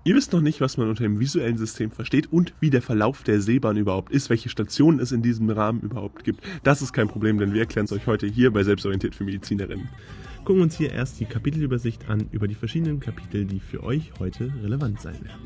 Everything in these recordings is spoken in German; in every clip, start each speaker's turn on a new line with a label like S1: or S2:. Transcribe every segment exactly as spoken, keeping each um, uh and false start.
S1: Ihr wisst noch nicht, was man unter dem visuellen System versteht und wie der Verlauf der Sehbahn überhaupt ist, welche Stationen es in diesem Rahmen überhaupt gibt. Das ist kein Problem, denn wir erklären es euch heute hier bei Selbstorientiert für Medizinerinnen.
S2: Gucken wir uns hier erst die Kapitelübersicht an über die verschiedenen Kapitel, die für euch heute relevant sein werden.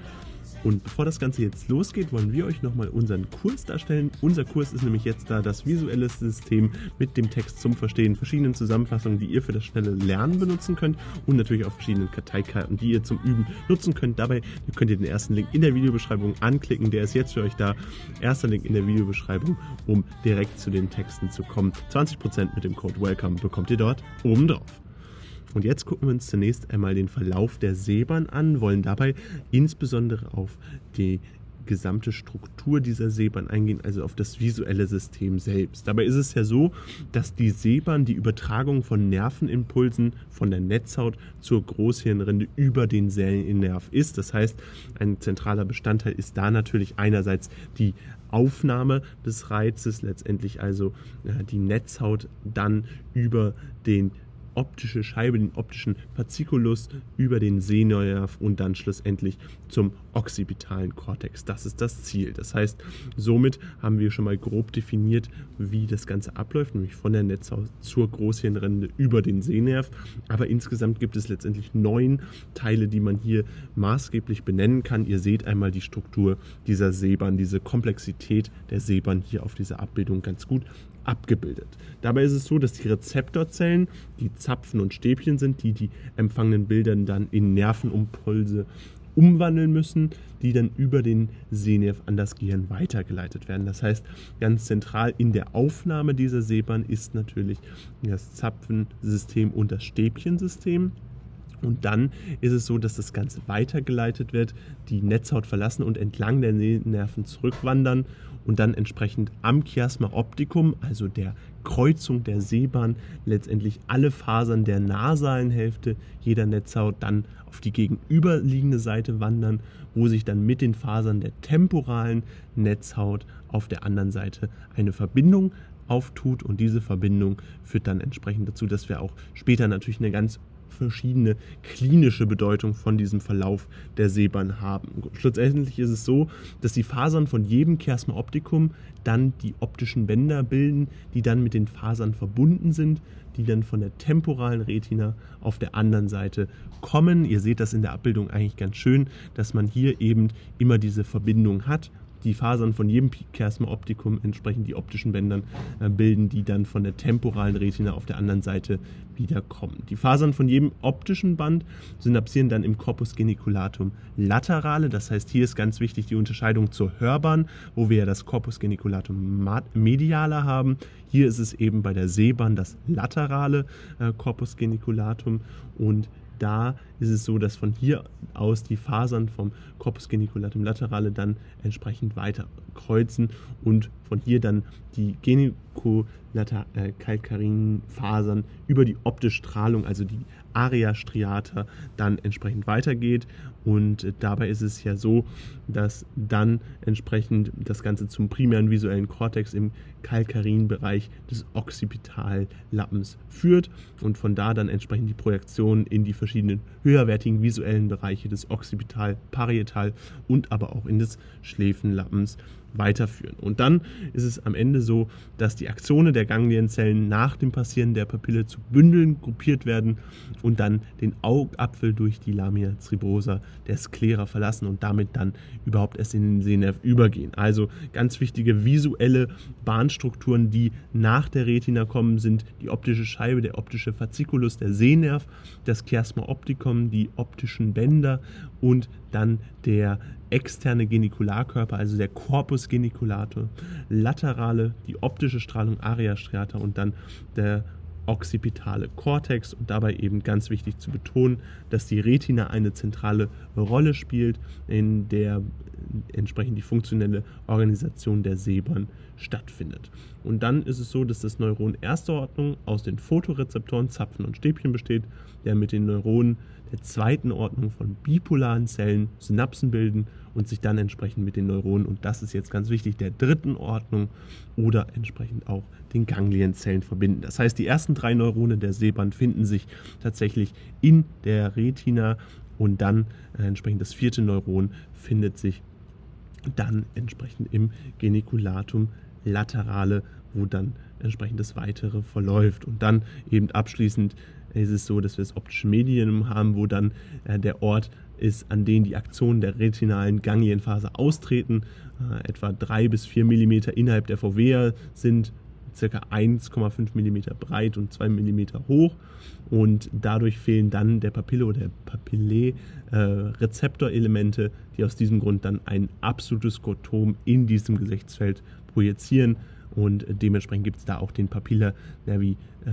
S2: Und bevor das Ganze jetzt losgeht, wollen wir euch nochmal unseren Kurs darstellen. Unser Kurs ist nämlich jetzt da das visuelle System mit dem Text zum Verstehen, verschiedenen Zusammenfassungen, die ihr für das schnelle Lernen benutzen könnt und natürlich auch verschiedenen Karteikarten, die ihr zum Üben nutzen könnt. Dabei könnt ihr den ersten Link in der Videobeschreibung anklicken, der ist jetzt für euch da. Erster Link in der Videobeschreibung, um direkt zu den Texten zu kommen. zwanzig Prozent mit dem Code WELCOME bekommt ihr dort oben drauf. Und jetzt gucken wir uns zunächst einmal den Verlauf der Sehbahn an, wollen dabei insbesondere auf die gesamte Struktur dieser Sehbahn eingehen, also auf das visuelle System selbst. Dabei ist es ja so, dass die Sehbahn die Übertragung von Nervenimpulsen von der Netzhaut zur Großhirnrinde über den Sehnerv ist. Das heißt, ein zentraler Bestandteil ist da natürlich einerseits die Aufnahme des Reizes, letztendlich also die Netzhaut dann über den optische Scheibe, den optischen Fasziculus über den Sehnerv und dann schlussendlich zum occipitalen Kortex. Das ist das Ziel. Das heißt, somit haben wir schon mal grob definiert, wie das Ganze abläuft, nämlich von der Netzhaut zur Großhirnrinde über den Sehnerv. Aber insgesamt gibt es letztendlich neun Teile, die man hier maßgeblich benennen kann. Ihr seht einmal die Struktur dieser Sehbahn, diese Komplexität der Sehbahn hier auf dieser Abbildung ganz gut abgebildet. Dabei ist es so, dass die Rezeptorzellen, die Zapfen und Stäbchen sind, die die empfangenen Bilder dann in Nervenimpulse umwandeln müssen, die dann über den Sehnerv an das Gehirn weitergeleitet werden. Das heißt, ganz zentral in der Aufnahme dieser Sehbahn ist natürlich das Zapfensystem und das Stäbchensystem. Und dann ist es so, dass das Ganze weitergeleitet wird, die Netzhaut verlassen und entlang der Sehnerven zurückwandern und dann entsprechend am Chiasma opticum, also der Kreuzung der Sehbahn, letztendlich alle Fasern der nasalen Hälfte jeder Netzhaut dann auf die gegenüberliegende Seite wandern, wo sich dann mit den Fasern der temporalen Netzhaut auf der anderen Seite eine Verbindung auftut. Und diese Verbindung führt dann entsprechend dazu, dass wir auch später natürlich eine ganz verschiedene klinische Bedeutung von diesem Verlauf der Sehbahn haben. Schlussendlich ist es so, dass die Fasern von jedem Chiasma opticum dann die optischen Bänder bilden, die dann mit den Fasern verbunden sind, die dann von der temporalen Retina auf der anderen Seite kommen. Ihr seht das in der Abbildung eigentlich ganz schön, dass man hier eben immer diese Verbindung hat. Die Fasern von jedem Chiasma opticum entsprechend die optischen Bändern äh, bilden, die dann von der temporalen Retina auf der anderen Seite wiederkommen. Die Fasern von jedem optischen Band synapsieren dann im Corpus geniculatum laterale. Das heißt, hier ist ganz wichtig die Unterscheidung zur Hörbahn, wo wir ja das Corpus geniculatum mediale haben. Hier ist es eben bei der Sehbahn das laterale äh, Corpus geniculatum, und da ist es so, dass von hier aus die Fasern vom Corpus geniculatum laterale dann entsprechend weiter kreuzen und von hier dann die Geniculocalcarinen Fasern über die optische Strahlung, also die Area striata, dann entsprechend weitergeht. Und dabei ist es ja so, dass dann entsprechend das Ganze zum primären visuellen Kortex im Calcarin-Bereich des Occipitallappens führt und von da dann entsprechend die Projektion in die verschiedenen höherwertigen visuellen Bereiche des Occipital, Parietal und aber auch in des Schläfenlappens weiterführen. Und dann ist es am Ende so, dass die Axone der Ganglienzellen nach dem Passieren der Papille zu Bündeln gruppiert werden und dann den Augapfel durch die Lamina cerebrosa der Sclera verlassen und damit dann überhaupt erst in den Sehnerv übergehen. Also ganz wichtige visuelle Bahnstrukturen, die nach der Retina kommen, sind die optische Scheibe, der optische Fasziculus, der Sehnerv, das Chiasma opticum, die optischen Bänder und dann der externe Genikularkörper, also der Corpus geniculatum laterale, die optische Strahlung Area striata und dann der occipitale Kortex. Und dabei eben ganz wichtig zu betonen, dass die Retina eine zentrale Rolle spielt, in der entsprechend die funktionelle Organisation der Sehbahn stattfindet. Und dann ist es so, dass das Neuron erster Ordnung aus den Photorezeptoren, Zapfen und Stäbchen besteht, der mit den Neuronen der zweiten Ordnung von bipolaren Zellen Synapsen bilden und sich dann entsprechend mit den Neuronen, und das ist jetzt ganz wichtig, der dritten Ordnung oder entsprechend auch den Ganglienzellen verbinden. Das heißt, die ersten drei Neurone der Sehbahn finden sich tatsächlich in der Retina und dann äh, entsprechend das vierte Neuron findet sich dann entsprechend im Geniculatum laterale, wo dann entsprechend das Weitere verläuft. Und dann eben abschließend ist es so, dass wir das optische Medium haben, wo dann äh, der Ort ist, an dem die Aktionen der retinalen Ganglienphase austreten, äh, etwa drei bis vier Millimeter innerhalb der Fovea sind, ca. eins Komma fünf Millimeter breit und zwei Millimeter hoch, und dadurch fehlen dann der Papille oder der Papillae äh, Rezeptorelemente, die aus diesem Grund dann ein absolutes Skotom in diesem Gesichtsfeld projizieren, und äh, dementsprechend gibt es da auch den Papilla nervi, äh,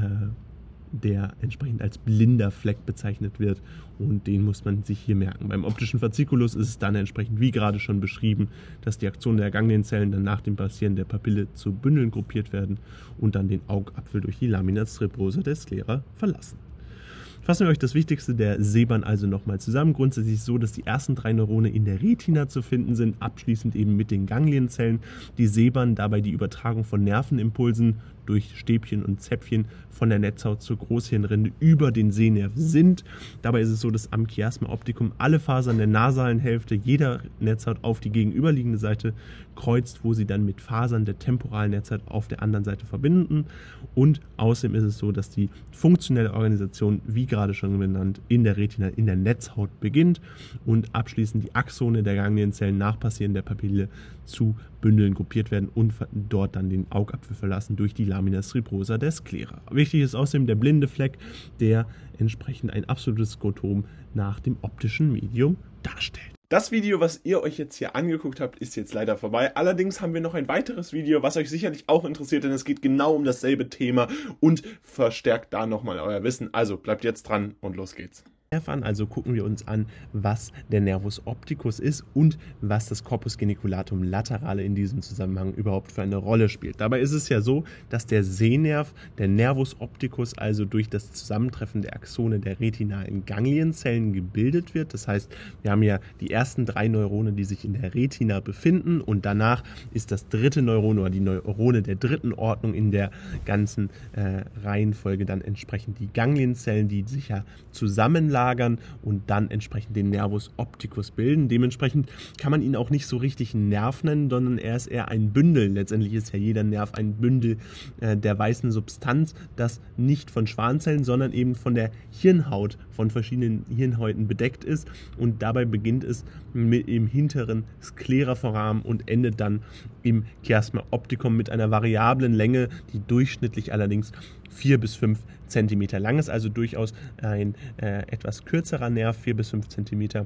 S2: der entsprechend als blinder Fleck bezeichnet wird, und den muss man sich hier merken. Beim optischen Fasziculus ist es dann entsprechend, wie gerade schon beschrieben, dass die Aktionen der Ganglienzellen dann nach dem Passieren der Papille zu Bündeln gruppiert werden und dann den Augapfel durch die Lamina stribosa der Sclera verlassen. Fassen wir euch das Wichtigste der Sehbahn also nochmal zusammen. Grundsätzlich ist es so, dass die ersten drei Neurone in der Retina zu finden sind, abschließend eben mit den Ganglienzellen. Die Sehbahn dabei die Übertragung von Nervenimpulsen durch Stäbchen und Zäpfchen von der Netzhaut zur Großhirnrinde über den Sehnerv sind. Dabei ist es so, dass am Chiasma opticum alle Fasern der nasalen Hälfte jeder Netzhaut auf die gegenüberliegende Seite kreuzt, wo sie dann mit Fasern der temporalen Netzhaut auf der anderen Seite verbinden. Und außerdem ist es so, dass die funktionelle Organisation, wie gerade schon genannt, in der Retina, in der Netzhaut beginnt und abschließend die Axone der Ganglienzellen nach Passieren der Papille zu Bündeln gruppiert werden und dort dann den Augapfel verlassen durch die Lamina stribosa der Sclera. Wichtig ist außerdem der blinde Fleck, der entsprechend ein absolutes Skotom nach dem optischen Medium darstellt.
S1: Das Video, was ihr euch jetzt hier angeguckt habt, ist jetzt leider vorbei. Allerdings haben wir noch ein weiteres Video, was euch sicherlich auch interessiert, denn es geht genau um dasselbe Thema und verstärkt da nochmal euer Wissen. Also bleibt jetzt dran und los geht's.
S2: An. Also gucken wir uns an, was der Nervus opticus ist und was das Corpus geniculatum laterale in diesem Zusammenhang überhaupt für eine Rolle spielt. Dabei ist es ja so, dass der Sehnerv, der Nervus opticus, also durch das Zusammentreffen der Axone der retinalen Ganglienzellen gebildet wird. Das heißt, wir haben ja die ersten drei Neurone, die sich in der Retina befinden, und danach ist das dritte Neuron oder die Neurone der dritten Ordnung in der ganzen äh, Reihenfolge dann entsprechend die Ganglienzellen, die sich ja zusammenlagern und dann entsprechend den Nervus opticus bilden. Dementsprechend kann man ihn auch nicht so richtig Nerv nennen, sondern er ist eher ein Bündel. Letztendlich ist ja jeder Nerv ein Bündel äh, der weißen Substanz, das nicht von Schwanzellen, sondern eben von der Hirnhaut, von verschiedenen Hirnhäuten bedeckt ist, und dabei beginnt es mit im hinteren Scleraforamen und endet dann im Chiasma opticum mit einer variablen Länge, die durchschnittlich allerdings vier bis fünf Zentimeter lang ist, also durchaus ein äh, etwas kürzerer Nerv, vier bis fünf Zentimeter.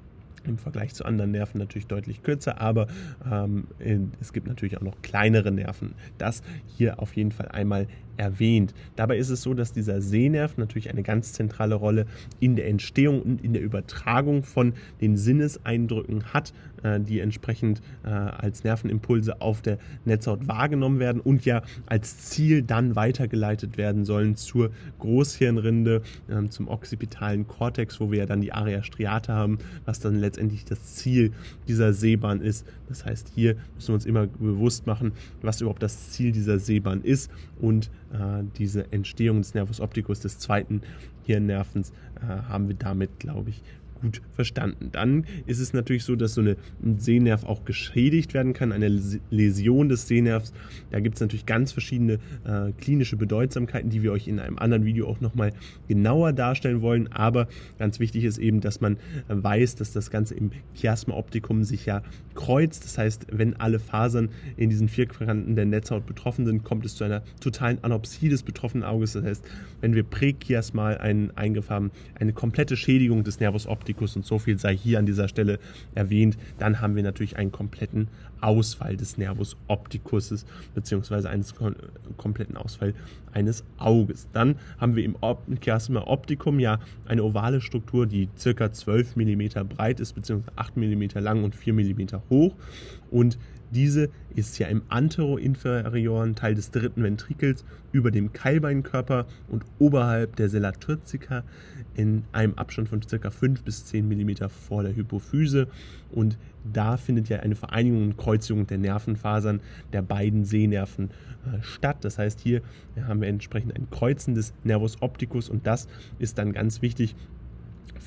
S2: Im Vergleich zu anderen Nerven natürlich deutlich kürzer, aber ähm, es gibt natürlich auch noch kleinere Nerven. Das hier auf jeden Fall einmal erwähnt. Dabei ist es so, dass dieser Sehnerv natürlich eine ganz zentrale Rolle in der Entstehung und in der Übertragung von den Sinneseindrücken hat, äh, die entsprechend äh, als Nervenimpulse auf der Netzhaut wahrgenommen werden und ja als Ziel dann weitergeleitet werden sollen zur Großhirnrinde, äh, zum occipitalen Kortex, wo wir ja dann die Area striata haben, was dann letztendlich das Ziel dieser Sehbahn ist. Das heißt, hier müssen wir uns immer bewusst machen, was überhaupt das Ziel dieser Sehbahn ist, und äh, diese Entstehung des Nervus opticus, des zweiten Hirnnervens, äh, haben wir damit, glaube ich, gut verstanden. Dann ist es natürlich so, dass so eine, ein Sehnerv auch geschädigt werden kann, eine Läsion des Sehnervs. Da gibt es natürlich ganz verschiedene äh, klinische Bedeutsamkeiten, die wir euch in einem anderen Video auch nochmal genauer darstellen wollen. Aber ganz wichtig ist eben, dass man äh, weiß, dass das Ganze im Chiasma opticum sich ja kreuzt. Das heißt, wenn alle Fasern in diesen vier Quadranten der Netzhaut betroffen sind, kommt es zu einer totalen Anopsie des betroffenen Auges. Das heißt, wenn wir prächiasmal einen Eingriff haben, eine komplette Schädigung des Nervus opticus, und so viel sei hier an dieser Stelle erwähnt, dann haben wir natürlich einen kompletten Ausfall des Nervus opticus beziehungsweise einen kom kompletten Ausfall eines Auges. Dann haben wir im Chiasma opticum ja eine ovale Struktur, die ca. zwölf Millimeter breit ist, beziehungsweise acht Millimeter lang und vier Millimeter hoch, und diese ist ja im anteroinferioren Teil des dritten Ventrikels über dem Keilbeinkörper und oberhalb der Sella turcica in einem Abstand von ca. fünf bis zehn Millimeter vor der Hypophyse, und da findet ja eine Vereinigung und Kreuzigung der Nervenfasern der beiden Sehnerven äh, statt. Das heißt, hier haben wir entsprechend ein Kreuzen des Nervus opticus, und das ist dann ganz wichtig für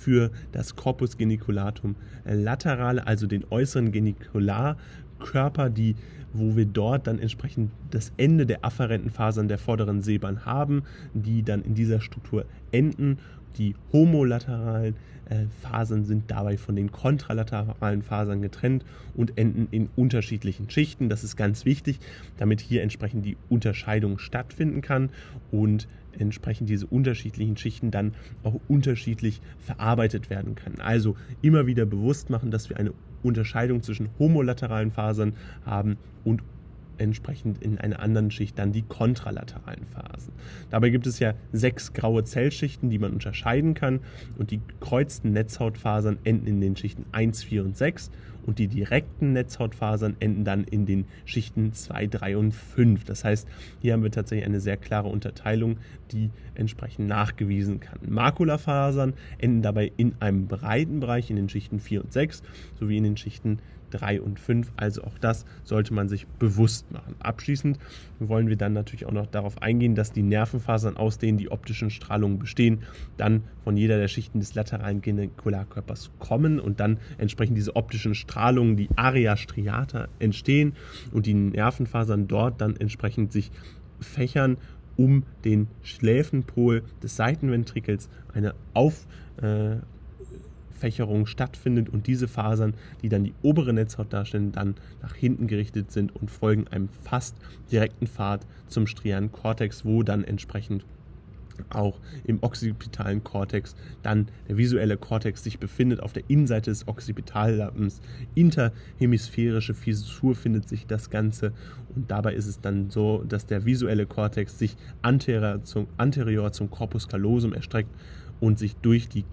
S2: für das Corpus geniculatum laterale, also den äußeren Genikularkörper, die, wo wir dort dann entsprechend das Ende der afferenten Fasern der vorderen Sehbahn haben, die dann in dieser Struktur enden. Die homolateralen äh, Fasern sind dabei von den kontralateralen Fasern getrennt und enden in unterschiedlichen Schichten. Das ist ganz wichtig, damit hier entsprechend die Unterscheidung stattfinden kann und entsprechend diese unterschiedlichen Schichten dann auch unterschiedlich verarbeitet werden können. Also immer wieder bewusst machen, dass wir eine Unterscheidung zwischen homolateralen Fasern haben und entsprechend in einer anderen Schicht dann die kontralateralen Phasen. Dabei gibt es ja sechs graue Zellschichten, die man unterscheiden kann, und die gekreuzten Netzhautfasern enden in den Schichten eins, vier und sechs und die direkten Netzhautfasern enden dann in den Schichten zwei, drei und fünf. Das heißt, hier haben wir tatsächlich eine sehr klare Unterteilung, die entsprechend nachgewiesen kann. Makulafasern enden dabei in einem breiten Bereich in den Schichten vier und sechs sowie in den Schichten drei und fünf, also auch das sollte man sich bewusst machen. Abschließend wollen wir dann natürlich auch noch darauf eingehen, dass die Nervenfasern, aus denen die optischen Strahlungen bestehen, dann von jeder der Schichten des lateralen Genikularkörpers kommen und dann entsprechend diese optischen Strahlungen, die Area striata, entstehen und die Nervenfasern dort dann entsprechend sich fächern, um den Schläfenpol des Seitenventrikels eine auf äh, Fächerung stattfindet und diese Fasern, die dann die obere Netzhaut darstellen, dann nach hinten gerichtet sind und folgen einem fast direkten Pfad zum strialen Kortex, wo dann entsprechend auch im occipitalen Kortex dann der visuelle Kortex sich befindet. Auf der Innenseite des Occipitallappens, interhemisphärische Fissur findet sich das Ganze, und dabei ist es dann so, dass der visuelle Kortex sich anterior zum, anterior zum Corpus callosum erstreckt und sich durch die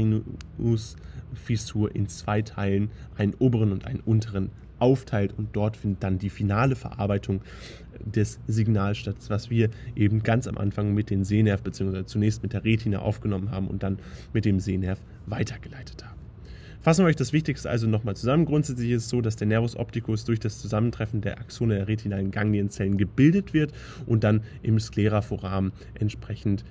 S2: Calcaneus-Fissur in zwei Teilen, einen oberen und einen unteren, aufteilt, und dort findet dann die finale Verarbeitung des Signals statt, was wir eben ganz am Anfang mit dem Sehnerv bzw. zunächst mit der Retina aufgenommen haben und dann mit dem Sehnerv weitergeleitet haben. Fassen wir euch das Wichtigste also nochmal zusammen. Grundsätzlich ist es so, dass der Nervus opticus durch das Zusammentreffen der Axone der retinalen Ganglienzellen gebildet wird und dann im Scleraforamen entsprechend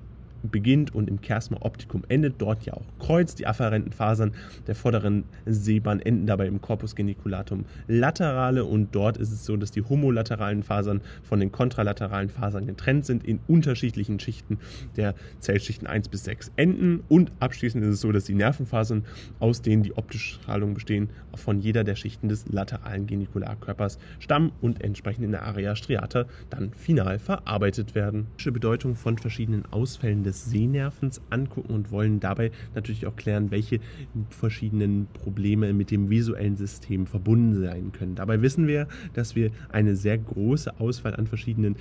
S2: beginnt und im Chiasma opticum endet, dort ja auch kreuzt. Die afferenten Fasern der vorderen Sehbahn enden dabei im Corpus geniculatum laterale, und dort ist es so, dass die homolateralen Fasern von den kontralateralen Fasern getrennt sind, in unterschiedlichen Schichten der Zellschichten eins bis sechs enden, und abschließend ist es so, dass die Nervenfasern, aus denen die optische Strahlung bestehen, von jeder der Schichten des lateralen Genikularkörpers stammen und entsprechend in der Area striata dann final verarbeitet werden. Die Bedeutung von verschiedenen Ausfällen des des Sehnervens angucken und wollen dabei natürlich auch klären, welche verschiedenen Probleme mit dem visuellen System verbunden sein können. Dabei wissen wir, dass wir eine sehr große Auswahl an verschiedenen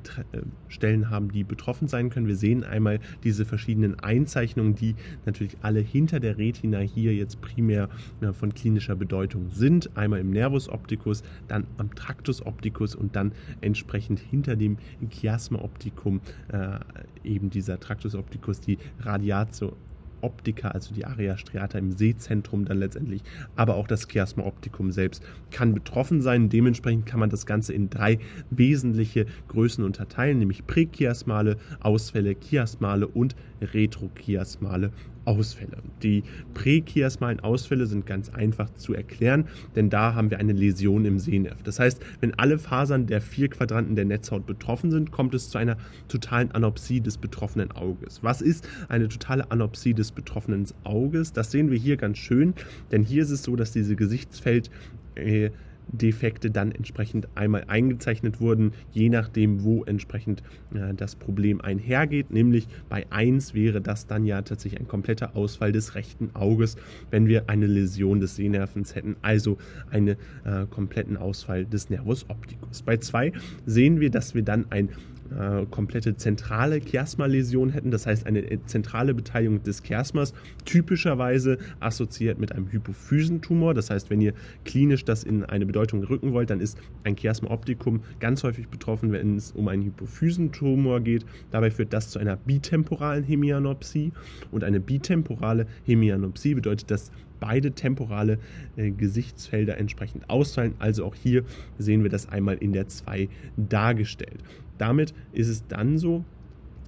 S2: Stellen haben, die betroffen sein können. Wir sehen einmal diese verschiedenen Einzeichnungen, die natürlich alle hinter der Retina hier jetzt primär von klinischer Bedeutung sind. Einmal im Nervus opticus, dann am Tractus opticus und dann entsprechend hinter dem Chiasma opticum äh, eben dieser Tractus opticus, die Radiatio optica, also die Area striata im Sehzentrum dann letztendlich, aber auch das Chiasma opticum selbst kann betroffen sein. Dementsprechend kann man das Ganze in drei wesentliche Größen unterteilen, nämlich prächiasmale Ausfälle, chiasmale und retrochiasmale Ausfälle. Die prächiasmalen Ausfälle sind ganz einfach zu erklären, denn da haben wir eine Läsion im Sehnerv. Das heißt, wenn alle Fasern der vier Quadranten der Netzhaut betroffen sind, kommt es zu einer totalen Anopsie des betroffenen Auges. Was ist eine totale Anopsie des betroffenen Auges? Das sehen wir hier ganz schön, denn hier ist es so, dass diese Gesichtsfeld äh, Defekte dann entsprechend einmal eingezeichnet wurden, je nachdem, wo entsprechend äh, das Problem einhergeht. Nämlich bei eins wäre das dann ja tatsächlich ein kompletter Ausfall des rechten Auges, wenn wir eine Läsion des Sehnervens hätten, also einen äh, kompletten Ausfall des Nervus opticus. Bei zwei sehen wir, dass wir dann ein Äh, komplette zentrale Chiasmaläsion hätten, das heißt eine zentrale Beteiligung des Chiasmas, typischerweise assoziiert mit einem Hypophysentumor. Das heißt, wenn ihr klinisch das in eine Bedeutung rücken wollt, dann ist ein Chiasma opticum ganz häufig betroffen, wenn es um einen Hypophysentumor geht. Dabei führt das zu einer bitemporalen Hemianopsie, und eine bitemporale Hemianopsie bedeutet, dass beide temporale äh, Gesichtsfelder entsprechend ausfallen. Also auch hier sehen wir das einmal in der zwei dargestellt. Damit ist es dann so,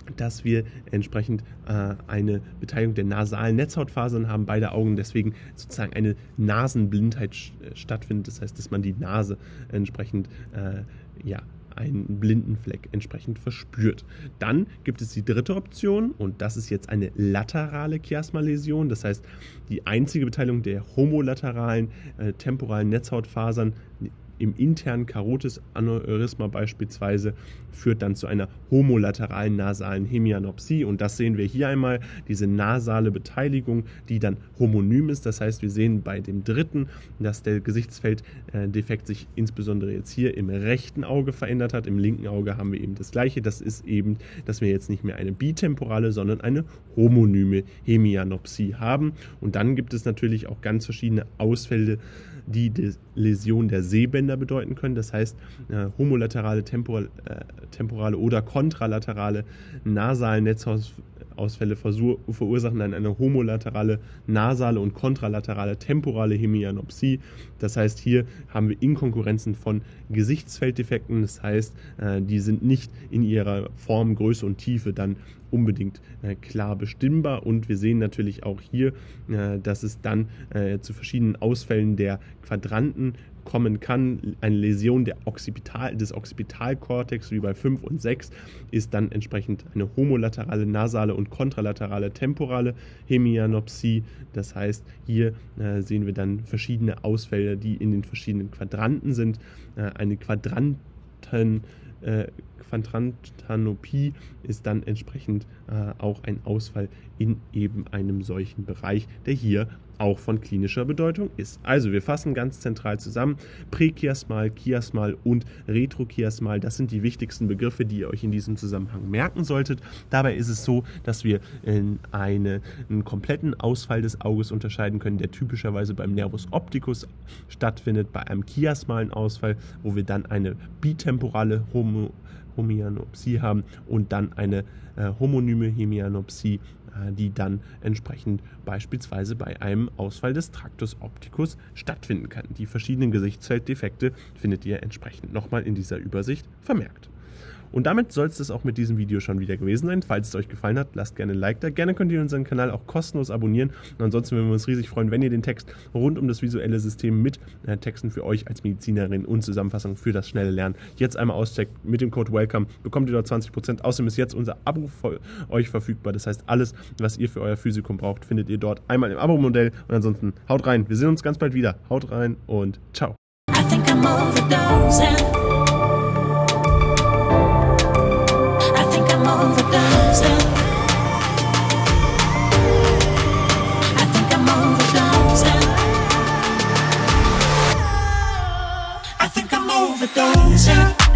S2: dass wir entsprechend äh, eine Beteiligung der nasalen Netzhautfasern haben, beide Augen, deswegen sozusagen eine Nasenblindheit stattfindet. Das heißt, dass man die Nase entsprechend äh, ja, einen blinden Fleck entsprechend verspürt. Dann gibt es die dritte Option und das ist jetzt eine laterale Chiasmaläsion. Das heißt, die einzige Beteiligung der homolateralen äh, temporalen Netzhautfasern im internen Karotis-Aneurysma beispielsweise führt dann zu einer homolateralen nasalen Hemianopsie und das sehen wir hier einmal, diese nasale Beteiligung, die dann homonym ist. Das heißt, wir sehen bei dem dritten, dass der Gesichtsfelddefekt sich insbesondere jetzt hier im rechten Auge verändert hat. Im linken Auge haben wir eben das gleiche. Das ist eben, dass wir jetzt nicht mehr eine bitemporale, sondern eine homonyme Hemianopsie haben. Und dann gibt es natürlich auch ganz verschiedene Ausfälle, die die Läsion der Sehbänder bedeuten können. Das heißt, äh, homolaterale, temporal, äh, temporale oder kontralaterale nasalen Netzausfälle verursachen dann eine homolaterale, nasale und kontralaterale temporale Hemianopsie. Das heißt, hier haben wir Inkonkurrenzen von Gesichtsfelddefekten. Das heißt, äh, die sind nicht in ihrer Form, Größe und Tiefe dann unbedingt äh, klar bestimmbar und wir sehen natürlich auch hier, äh, dass es dann äh, zu verschiedenen Ausfällen der Quadranten kommen kann. Eine Läsion der Occipital, des Occipitalkortex wie bei fünf und sechs ist dann entsprechend eine homolaterale, nasale und kontralaterale temporale Hemianopsie. Das heißt, hier äh, sehen wir dann verschiedene Ausfälle, die in den verschiedenen Quadranten sind. Äh, eine Quadranten äh, Quadrantanopie ist dann entsprechend äh, auch ein Ausfall in eben einem solchen Bereich, der hier auch von klinischer Bedeutung ist. Also wir fassen ganz zentral zusammen, Prächiasmal, Chiasmal und Retrochiasmal, das sind die wichtigsten Begriffe, die ihr euch in diesem Zusammenhang merken solltet. Dabei ist es so, dass wir in eine, einen kompletten Ausfall des Auges unterscheiden können, der typischerweise beim Nervus opticus stattfindet, bei einem chiasmalen Ausfall, wo wir dann eine bitemporale Homo Hemianopsie haben und dann eine äh, homonyme Hemianopsie, äh, die dann entsprechend beispielsweise bei einem Ausfall des Tractus opticus stattfinden kann. Die verschiedenen Gesichtsfelddefekte findet ihr entsprechend nochmal in dieser Übersicht vermerkt. Und damit soll es das auch mit diesem Video schon wieder gewesen sein. Falls es euch gefallen hat, lasst gerne ein Like da. Gerne könnt ihr unseren Kanal auch kostenlos abonnieren. Und ansonsten würden wir uns riesig freuen, wenn ihr den Text rund um das visuelle System mit äh, Texten für euch als Medizinerin und Zusammenfassung für das schnelle Lernen jetzt einmal auscheckt. Mit dem Code WELCOME bekommt ihr dort zwanzig Prozent. Außerdem ist jetzt unser Abo für euch verfügbar. Das heißt, alles, was ihr für euer Physikum braucht, findet ihr dort einmal im Abo-Modell. Und ansonsten haut rein. Wir sehen uns ganz bald wieder. Haut rein und ciao. I think I'm overdosing. Overdosing. I think I'm overdosing. I think I'm overdosing.